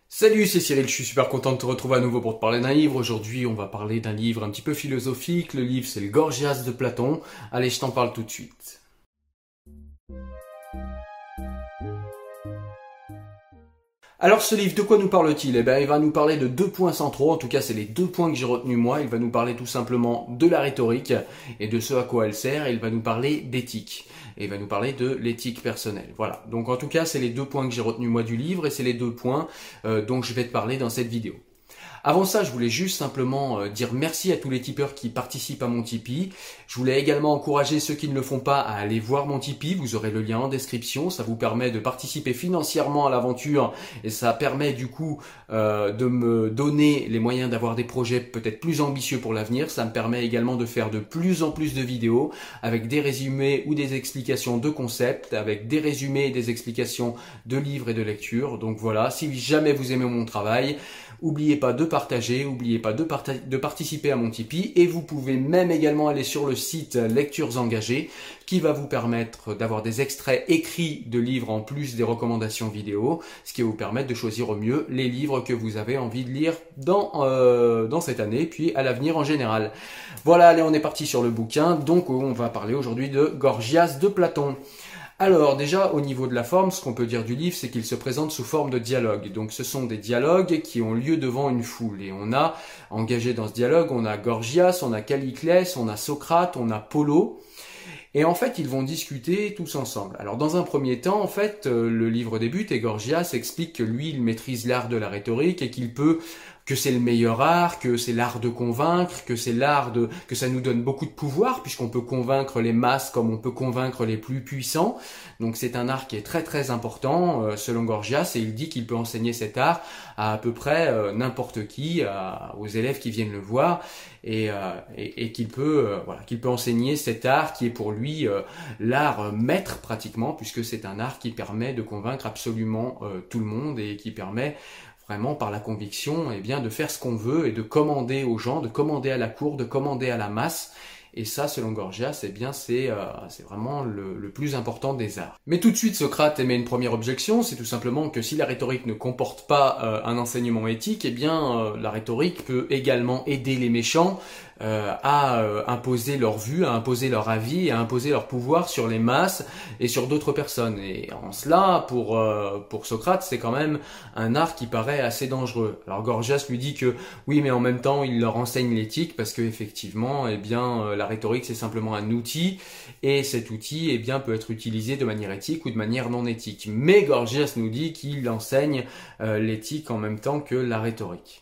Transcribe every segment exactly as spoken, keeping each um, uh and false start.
Salut, c'est Cyril, je suis super content de te retrouver à nouveau pour te parler d'un livre. Aujourd'hui, on va parler d'un livre un petit peu philosophique. Le livre, c'est le Gorgias de Platon. Allez, je t'en parle tout de suite. Alors ce livre, de quoi nous parle-t-il? Eh bien, il va nous parler de deux points centraux, en tout cas c'est les deux points que j'ai retenus moi. Il va nous parler tout simplement de la rhétorique et de ce à quoi elle sert, et il va nous parler d'éthique. Et il va nous parler de l'éthique personnelle. Voilà, donc en tout cas c'est les deux points que j'ai retenus moi du livre, et c'est les deux points euh, dont je vais te parler dans cette vidéo. Avant ça, je voulais juste simplement euh, dire merci à tous les tipeurs qui participent à mon Tipeee. Je voulais également encourager ceux qui ne le font pas à aller voir mon Tipeee. Vous aurez le lien en description. Ça vous permet de participer financièrement à l'aventure et ça permet du coup euh, de me donner les moyens d'avoir des projets peut-être plus ambitieux pour l'avenir. Ça me permet également de faire de plus en plus de vidéos avec des résumés ou des explications de concepts, avec des résumés et des explications de livres et de lectures. Donc voilà, si jamais vous aimez mon travail, n'oubliez pas de partager, n'oubliez pas de, parta- de participer à mon Tipeee, et vous pouvez même également aller sur le site Lectures Engagées qui va vous permettre d'avoir des extraits écrits de livres en plus des recommandations vidéo, ce qui va vous permettre de choisir au mieux les livres que vous avez envie de lire dans, euh, dans cette année, puis à l'avenir en général. Voilà, allez, on est parti sur le bouquin. Donc on va parler aujourd'hui de Gorgias de Platon. Alors déjà au niveau de la forme, ce qu'on peut dire du livre, c'est qu'il se présente sous forme de dialogue. Donc ce sont des dialogues qui ont lieu devant une foule. Et on a engagé dans ce dialogue, on a Gorgias, on a Calliclès, on a Socrate, on a Polo. Et en fait, ils vont discuter tous ensemble. Alors dans un premier temps, en fait, le livre débute et Gorgias explique que lui, il maîtrise l'art de la rhétorique et qu'il peut... que c'est le meilleur art, que c'est l'art de convaincre, que c'est l'art de, que ça nous donne beaucoup de pouvoir puisqu'on peut convaincre les masses comme on peut convaincre les plus puissants. Donc c'est un art qui est très très important euh, selon Gorgias, et il dit qu'il peut enseigner cet art à à peu près euh, n'importe qui, à, aux élèves qui viennent le voir, et, euh, et, et qu'il peut euh, voilà, qu'il peut enseigner cet art qui est pour lui euh, l'art maître pratiquement, puisque c'est un art qui permet de convaincre absolument euh, tout le monde et qui permet vraiment par la conviction, eh bien, de faire ce qu'on veut et de commander aux gens, de commander à la cour, de commander à la masse. Et ça, selon Gorgias, eh bien, c'est euh, c'est vraiment le, le plus important des arts. Mais tout de suite, Socrate émet une première objection, c'est tout simplement que si la rhétorique ne comporte pas euh, un enseignement éthique, eh bien, euh, la rhétorique peut également aider les méchants euh, à euh, imposer leur vue, à imposer leur avis, et à imposer leur pouvoir sur les masses et sur d'autres personnes. Et en cela, pour euh, pour Socrate, c'est quand même un art qui paraît assez dangereux. Alors Gorgias lui dit que oui, mais en même temps, il leur enseigne l'éthique parce que effectivement, eh bien, euh, la rhétorique c'est simplement un outil, et cet outil, eh bien, peut être utilisé de manière éthique ou de manière non éthique. Mais Gorgias nous dit qu'il enseigne euh, l'éthique en même temps que la rhétorique.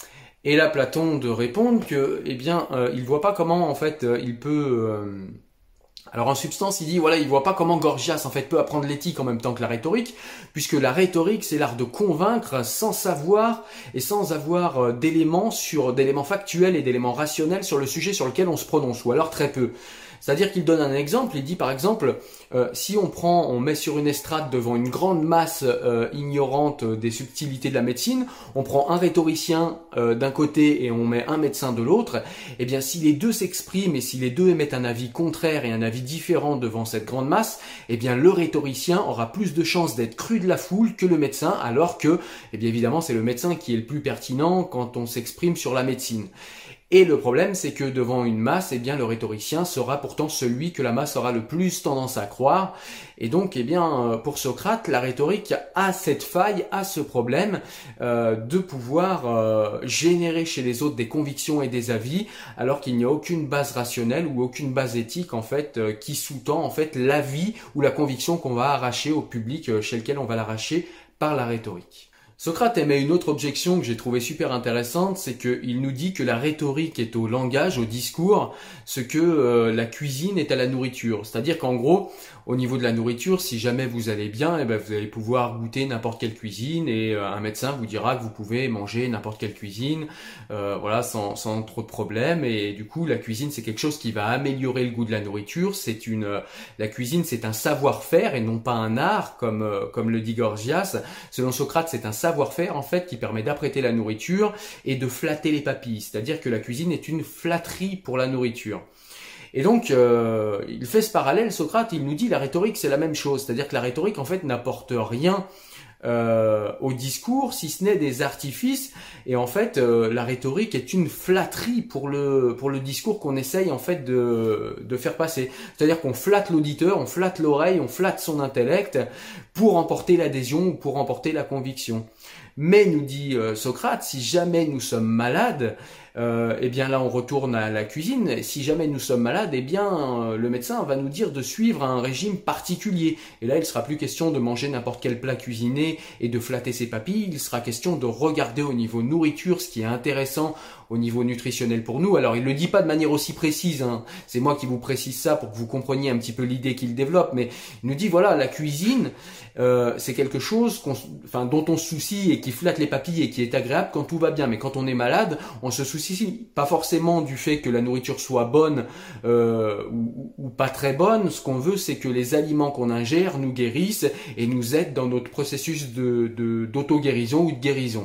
Et là, Platon de répondre que, eh bien, euh, il voit pas comment en fait euh, il peut. Euh... Alors en substance, il dit voilà, il voit pas comment Gorgias en fait peut apprendre l'éthique en même temps que la rhétorique, puisque la rhétorique c'est l'art de convaincre sans savoir et sans avoir euh, d'éléments sur d'éléments factuels et d'éléments rationnels sur le sujet sur lequel on se prononce, ou alors très peu. C'est-à-dire qu'il donne un exemple, il dit par exemple, euh, si on prend, on met sur une estrade devant une grande masse euh, ignorante des subtilités de la médecine, on prend un rhétoricien euh, d'un côté et on met un médecin de l'autre, eh bien si les deux s'expriment et si les deux émettent un avis contraire et un avis différent devant cette grande masse, eh bien le rhétoricien aura plus de chances d'être cru de la foule que le médecin, alors que, eh bien évidemment, c'est le médecin qui est le plus pertinent quand on s'exprime sur la médecine. Et le problème, c'est que devant une masse, eh bien, le rhétoricien sera pourtant celui que la masse aura le plus tendance à croire. Et donc, eh bien, pour Socrate, la rhétorique a cette faille, a ce problème euh, de pouvoir euh, générer chez les autres des convictions et des avis, alors qu'il n'y a aucune base rationnelle ou aucune base éthique en fait euh, qui sous-tend en fait l'avis ou la conviction qu'on va arracher au public euh, chez lequel on va l'arracher par la rhétorique. Socrate émet une autre objection que j'ai trouvée super intéressante, c'est qu'il nous dit que la rhétorique est au langage, au discours, ce que euh, la cuisine est à la nourriture. C'est-à-dire qu'en gros, au niveau de la nourriture, si jamais vous allez bien, eh ben vous allez pouvoir goûter n'importe quelle cuisine, et euh, un médecin vous dira que vous pouvez manger n'importe quelle cuisine, euh, voilà, sans, sans trop de problèmes. Et du coup, la cuisine, c'est quelque chose qui va améliorer le goût de la nourriture. C'est une, euh, la cuisine, c'est un savoir-faire et non pas un art, comme euh, comme le dit Gorgias. Selon Socrate, c'est un savoir-faire en fait qui permet d'apprêter la nourriture et de flatter les papilles. C'est-à-dire que la cuisine est une flatterie pour la nourriture. Et donc, euh, il fait ce parallèle, Socrate, il nous dit la rhétorique c'est la même chose, c'est-à-dire que la rhétorique en fait n'apporte rien euh, au discours, si ce n'est des artifices. Et en fait, euh, la rhétorique est une flatterie pour le pour le discours qu'on essaye en fait de de faire passer. C'est-à-dire qu'on flatte l'auditeur, on flatte l'oreille, on flatte son intellect pour emporter l'adhésion ou pour emporter la conviction. Mais, nous dit euh, Socrate, si jamais nous sommes malades, euh, eh bien là on retourne à la cuisine, si jamais nous sommes malades, eh bien euh, le médecin va nous dire de suivre un régime particulier. Et là il sera plus question de manger n'importe quel plat cuisiné et de flatter ses papilles, il sera question de regarder au niveau nourriture ce qui est intéressant au niveau nutritionnel pour nous. Alors il le dit pas de manière aussi précise, hein. C'est moi qui vous précise ça pour que vous compreniez un petit peu l'idée qu'il développe, mais il nous dit voilà, la cuisine euh, c'est quelque chose qu'on, enfin, dont on se soucie et qui flatte les papilles et qui est agréable quand tout va bien, mais quand on est malade, on se soucie pas forcément du fait que la nourriture soit bonne euh, ou, ou pas très bonne. Ce qu'on veut, c'est que les aliments qu'on ingère nous guérissent et nous aident dans notre processus de, de, d'auto-guérison ou de guérison.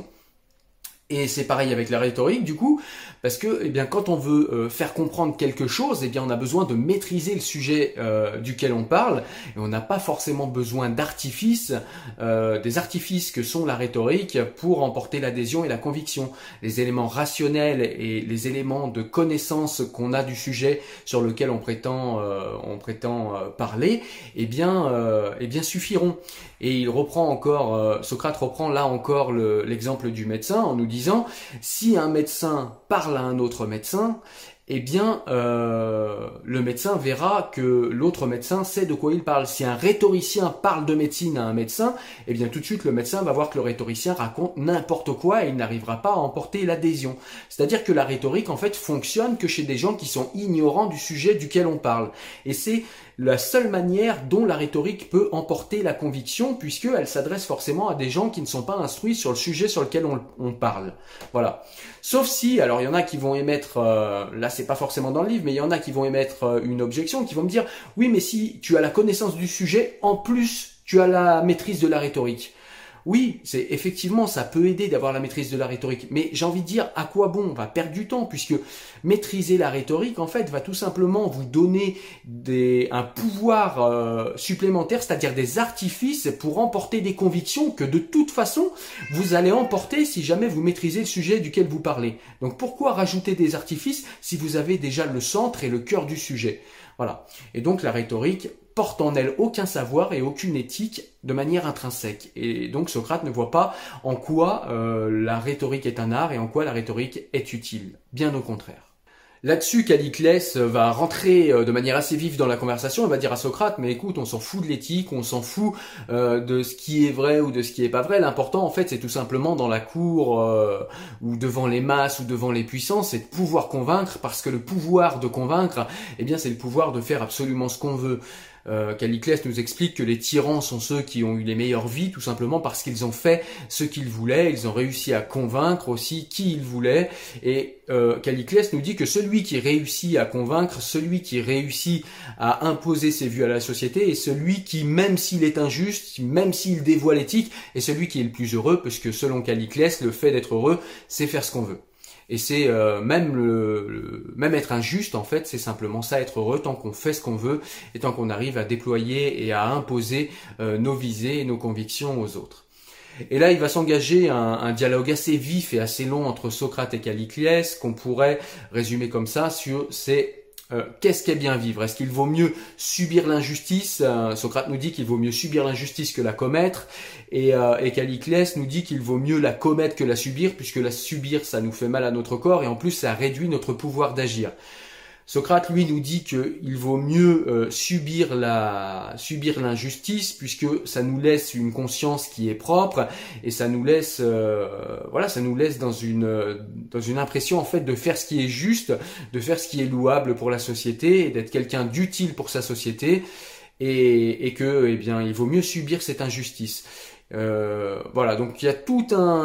Et c'est pareil avec la rhétorique du coup, parce que eh bien quand on veut euh, faire comprendre quelque chose, eh bien on a besoin de maîtriser le sujet euh, duquel on parle, et on n'a pas forcément besoin d'artifices, euh, des artifices que sont la rhétorique pour emporter l'adhésion et la conviction. Les éléments rationnels et les éléments de connaissance qu'on a du sujet sur lequel on prétend euh, on prétend euh, parler, eh bien euh, eh bien suffiront. Et il reprend encore, euh, Socrate reprend là encore le, l'exemple du médecin en nous disant, si un médecin parle à un autre médecin, eh bien euh, le médecin verra que l'autre médecin sait de quoi il parle. Si un rhétoricien parle de médecine à un médecin, eh bien tout de suite le médecin va voir que le rhétoricien raconte n'importe quoi et il n'arrivera pas à emporter l'adhésion. C'est-à-dire que la rhétorique en fait fonctionne que chez des gens qui sont ignorants du sujet duquel on parle. Et c'est la seule manière dont la rhétorique peut emporter la conviction, puisqu'elle s'adresse forcément à des gens qui ne sont pas instruits sur le sujet sur lequel on, on parle. Voilà. Sauf si, alors il y en a qui vont émettre, euh, là c'est pas forcément dans le livre, mais il y en a qui vont émettre euh, une objection, qui vont me dire, oui mais si tu as la connaissance du sujet, en plus tu as la maîtrise de la rhétorique. Oui, c'est effectivement, ça peut aider d'avoir la maîtrise de la rhétorique, mais j'ai envie de dire à quoi bon? On va perdre du temps, puisque maîtriser la rhétorique, en fait, va tout simplement vous donner des, un pouvoir euh, supplémentaire, c'est-à-dire des artifices pour emporter des convictions que de toute façon, vous allez emporter si jamais vous maîtrisez le sujet duquel vous parlez. Donc pourquoi rajouter des artifices si vous avez déjà le centre et le cœur du sujet? Voilà. Et donc la rhétorique porte en elle aucun savoir et aucune éthique de manière intrinsèque. Et donc Socrate ne voit pas en quoi euh, la rhétorique est un art et en quoi la rhétorique est utile. Bien au contraire. Là-dessus, Calliclès va rentrer de manière assez vive dans la conversation et va dire à Socrate, mais écoute, on s'en fout de l'éthique, on s'en fout euh, de ce qui est vrai ou de ce qui est pas vrai. L'important, en fait, c'est tout simplement dans la cour euh, ou devant les masses ou devant les puissants, c'est de pouvoir convaincre, parce que le pouvoir de convaincre, eh bien, c'est le pouvoir de faire absolument ce qu'on veut. Euh, Calliclès nous explique que les tyrans sont ceux qui ont eu les meilleures vies, tout simplement parce qu'ils ont fait ce qu'ils voulaient, ils ont réussi à convaincre aussi qui ils voulaient, et euh, Calliclès nous dit que celui qui réussit à convaincre, celui qui réussit à imposer ses vues à la société, est celui qui, même s'il est injuste, même s'il dévoie l'éthique, est celui qui est le plus heureux, parce que selon Calliclès, le fait d'être heureux, c'est faire ce qu'on veut. Et c'est euh, même le, le même être injuste, en fait, c'est simplement ça, être heureux tant qu'on fait ce qu'on veut et tant qu'on arrive à déployer et à imposer euh, nos visées et nos convictions aux autres. Et là, il va s'engager un, un dialogue assez vif et assez long entre Socrate et Calliclès, qu'on pourrait résumer comme ça sur ces Euh, qu'est-ce qu'est bien vivre? Est-ce qu'il vaut mieux subir l'injustice? euh, Socrate nous dit qu'il vaut mieux subir l'injustice que la commettre, et, euh, et Calliclès nous dit qu'il vaut mieux la commettre que la subir, puisque la subir, ça nous fait mal à notre corps, et en plus, ça réduit notre pouvoir d'agir. Socrate, lui, nous dit qu'il vaut mieux euh, subir la subir l'injustice, puisque ça nous laisse une conscience qui est propre et ça nous laisse euh, voilà, ça nous laisse dans une dans une impression en fait de faire ce qui est juste, de faire ce qui est louable pour la société et d'être quelqu'un d'utile pour sa société, et, et que eh bien il vaut mieux subir cette injustice. Euh, voilà, donc il y a tout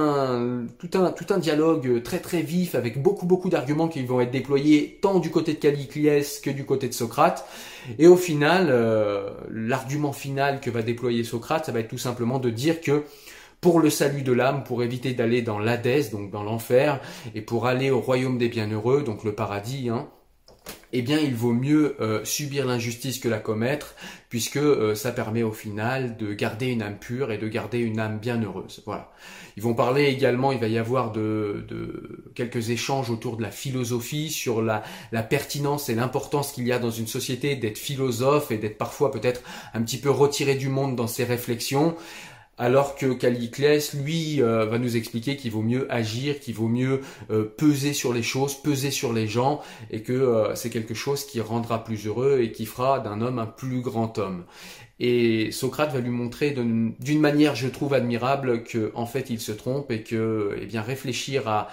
un tout un tout un dialogue très très vif avec beaucoup beaucoup d'arguments qui vont être déployés tant du côté de Calliclès que du côté de Socrate, et au final euh, l'argument final que va déployer Socrate, ça va être tout simplement de dire que pour le salut de l'âme, pour éviter d'aller dans l'Hadès, donc dans l'enfer, et pour aller au royaume des bienheureux, donc le paradis, hein, eh bien il vaut mieux euh, subir l'injustice que la commettre, puisque euh, ça permet au final de garder une âme pure et de garder une âme bien heureuse. Voilà. Ils vont parler également, il va y avoir de, de quelques échanges autour de la philosophie, sur la, la pertinence et l'importance qu'il y a dans une société d'être philosophe et d'être parfois peut-être un petit peu retiré du monde dans ses réflexions. Alors que Calliclès, lui, euh, va nous expliquer qu'il vaut mieux agir, qu'il vaut mieux euh, peser sur les choses, peser sur les gens, et que euh, c'est quelque chose qui rendra plus heureux et qui fera d'un homme un plus grand homme. Et Socrate va lui montrer d'une manière, je trouve, admirable que en fait il se trompe et que, eh bien, réfléchir à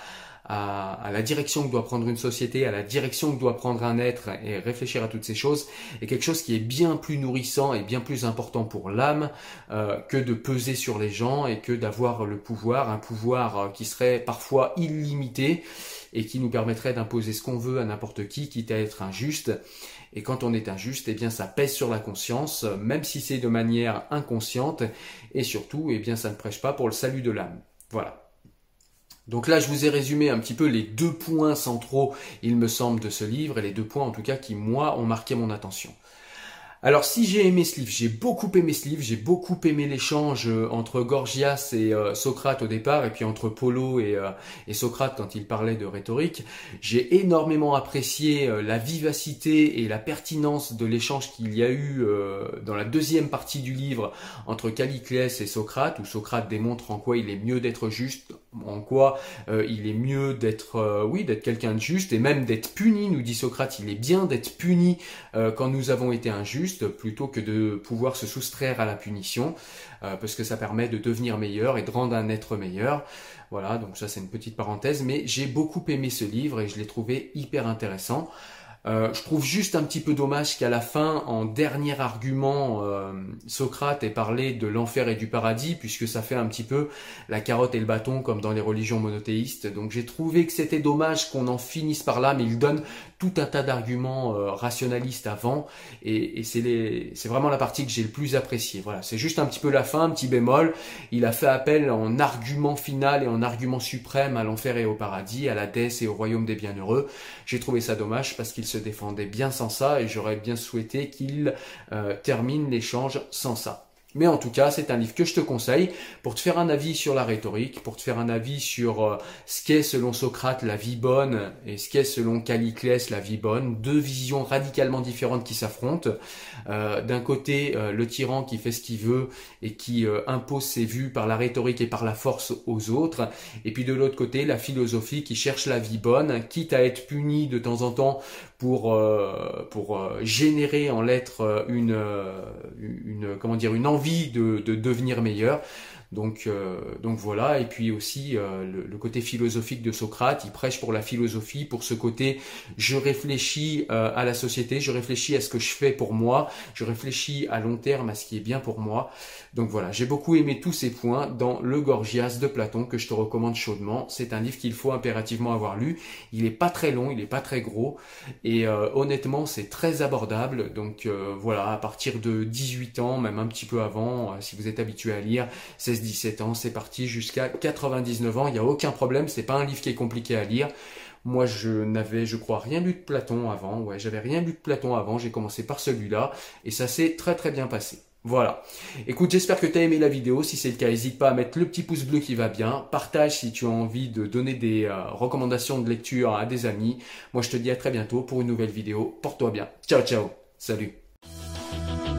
À, à la direction que doit prendre une société, à la direction que doit prendre un être et réfléchir à toutes ces choses est quelque chose qui est bien plus nourrissant et bien plus important pour l'âme euh, que de peser sur les gens et que d'avoir le pouvoir, un pouvoir qui serait parfois illimité et qui nous permettrait d'imposer ce qu'on veut à n'importe qui, quitte à être injuste. Et quand on est injuste, eh bien ça pèse sur la conscience, même si c'est de manière inconsciente, et surtout, eh bien ça ne prêche pas pour le salut de l'âme. Voilà. Donc là, je vous ai résumé un petit peu les deux points centraux, il me semble, de ce livre, et les deux points, en tout cas, qui, moi, ont marqué mon attention. Alors, si j'ai aimé ce livre, j'ai beaucoup aimé ce livre, j'ai beaucoup aimé l'échange entre Gorgias et euh, Socrate au départ, et puis entre Polo et, euh, et Socrate quand il parlait de rhétorique. J'ai énormément apprécié euh, la vivacité et la pertinence de l'échange qu'il y a eu euh, dans la deuxième partie du livre entre Calliclès et Socrate, où Socrate démontre en quoi il est mieux d'être juste, en quoi euh, il est mieux d'être, euh, oui, d'être quelqu'un de juste, et même d'être puni, nous dit Socrate, il est bien d'être puni euh, quand nous avons été injustes, plutôt que de pouvoir se soustraire à la punition, euh, parce que ça permet de devenir meilleur et de rendre un être meilleur. Voilà, donc ça c'est une petite parenthèse, mais j'ai beaucoup aimé ce livre et je l'ai trouvé hyper intéressant. Euh, je trouve juste un petit peu dommage qu'à la fin, en dernier argument, euh, Socrate ait parlé de l'enfer et du paradis, puisque ça fait un petit peu la carotte et le bâton comme dans les religions monothéistes. Donc j'ai trouvé que c'était dommage qu'on en finisse par là, mais il donne tout un tas d'arguments euh, rationalistes avant, et, et c'est les, c'est vraiment la partie que j'ai le plus appréciée. Voilà, c'est juste un petit peu la fin, un petit bémol. Il a fait appel en argument final et en argument suprême à l'enfer et au paradis, à la déesse et au royaume des bienheureux. J'ai trouvé ça dommage parce qu'il se défendait bien sans ça et j'aurais bien souhaité qu'il euh, termine l'échange sans ça. Mais en tout cas, c'est un livre que je te conseille pour te faire un avis sur la rhétorique, pour te faire un avis sur euh, ce qu'est selon Socrate la vie bonne et ce qu'est selon Calliclès la vie bonne. Deux visions radicalement différentes qui s'affrontent. Euh, d'un côté, euh, le tyran qui fait ce qu'il veut et qui euh, impose ses vues par la rhétorique et par la force aux autres. Et puis de l'autre côté, la philosophie qui cherche la vie bonne, quitte à être punie de temps en temps pour euh, pour euh, générer en l'être une une comment dire une envie de de devenir meilleur. Donc euh, donc voilà, et puis aussi euh, le, le côté philosophique de Socrate, il prêche pour la philosophie, pour ce côté je réfléchis euh, à la société, je réfléchis à ce que je fais pour moi, je réfléchis à long terme à ce qui est bien pour moi. Donc voilà, j'ai beaucoup aimé tous ces points dans le Gorgias de Platon que je te recommande chaudement. C'est un livre qu'il faut impérativement avoir lu. Il est pas très long, il est pas très gros et euh, honnêtement c'est très abordable. Donc euh, voilà, à partir de dix-huit ans, même un petit peu avant, euh, si vous êtes habitué à lire, seize dix-sept ans, c'est parti jusqu'à quatre-vingt-dix-neuf ans, il n'y a aucun problème, c'est pas un livre qui est compliqué à lire. Moi, je n'avais, je crois, rien lu de Platon avant, ouais, j'avais rien lu de Platon avant, j'ai commencé par celui-là, et ça s'est très très bien passé. Voilà. Écoute, j'espère que tu as aimé la vidéo, si c'est le cas, n'hésite pas à mettre le petit pouce bleu qui va bien, partage si tu as envie de donner des euh, recommandations de lecture à des amis. Moi, je te dis à très bientôt pour une nouvelle vidéo, porte-toi bien. Ciao, ciao, salut.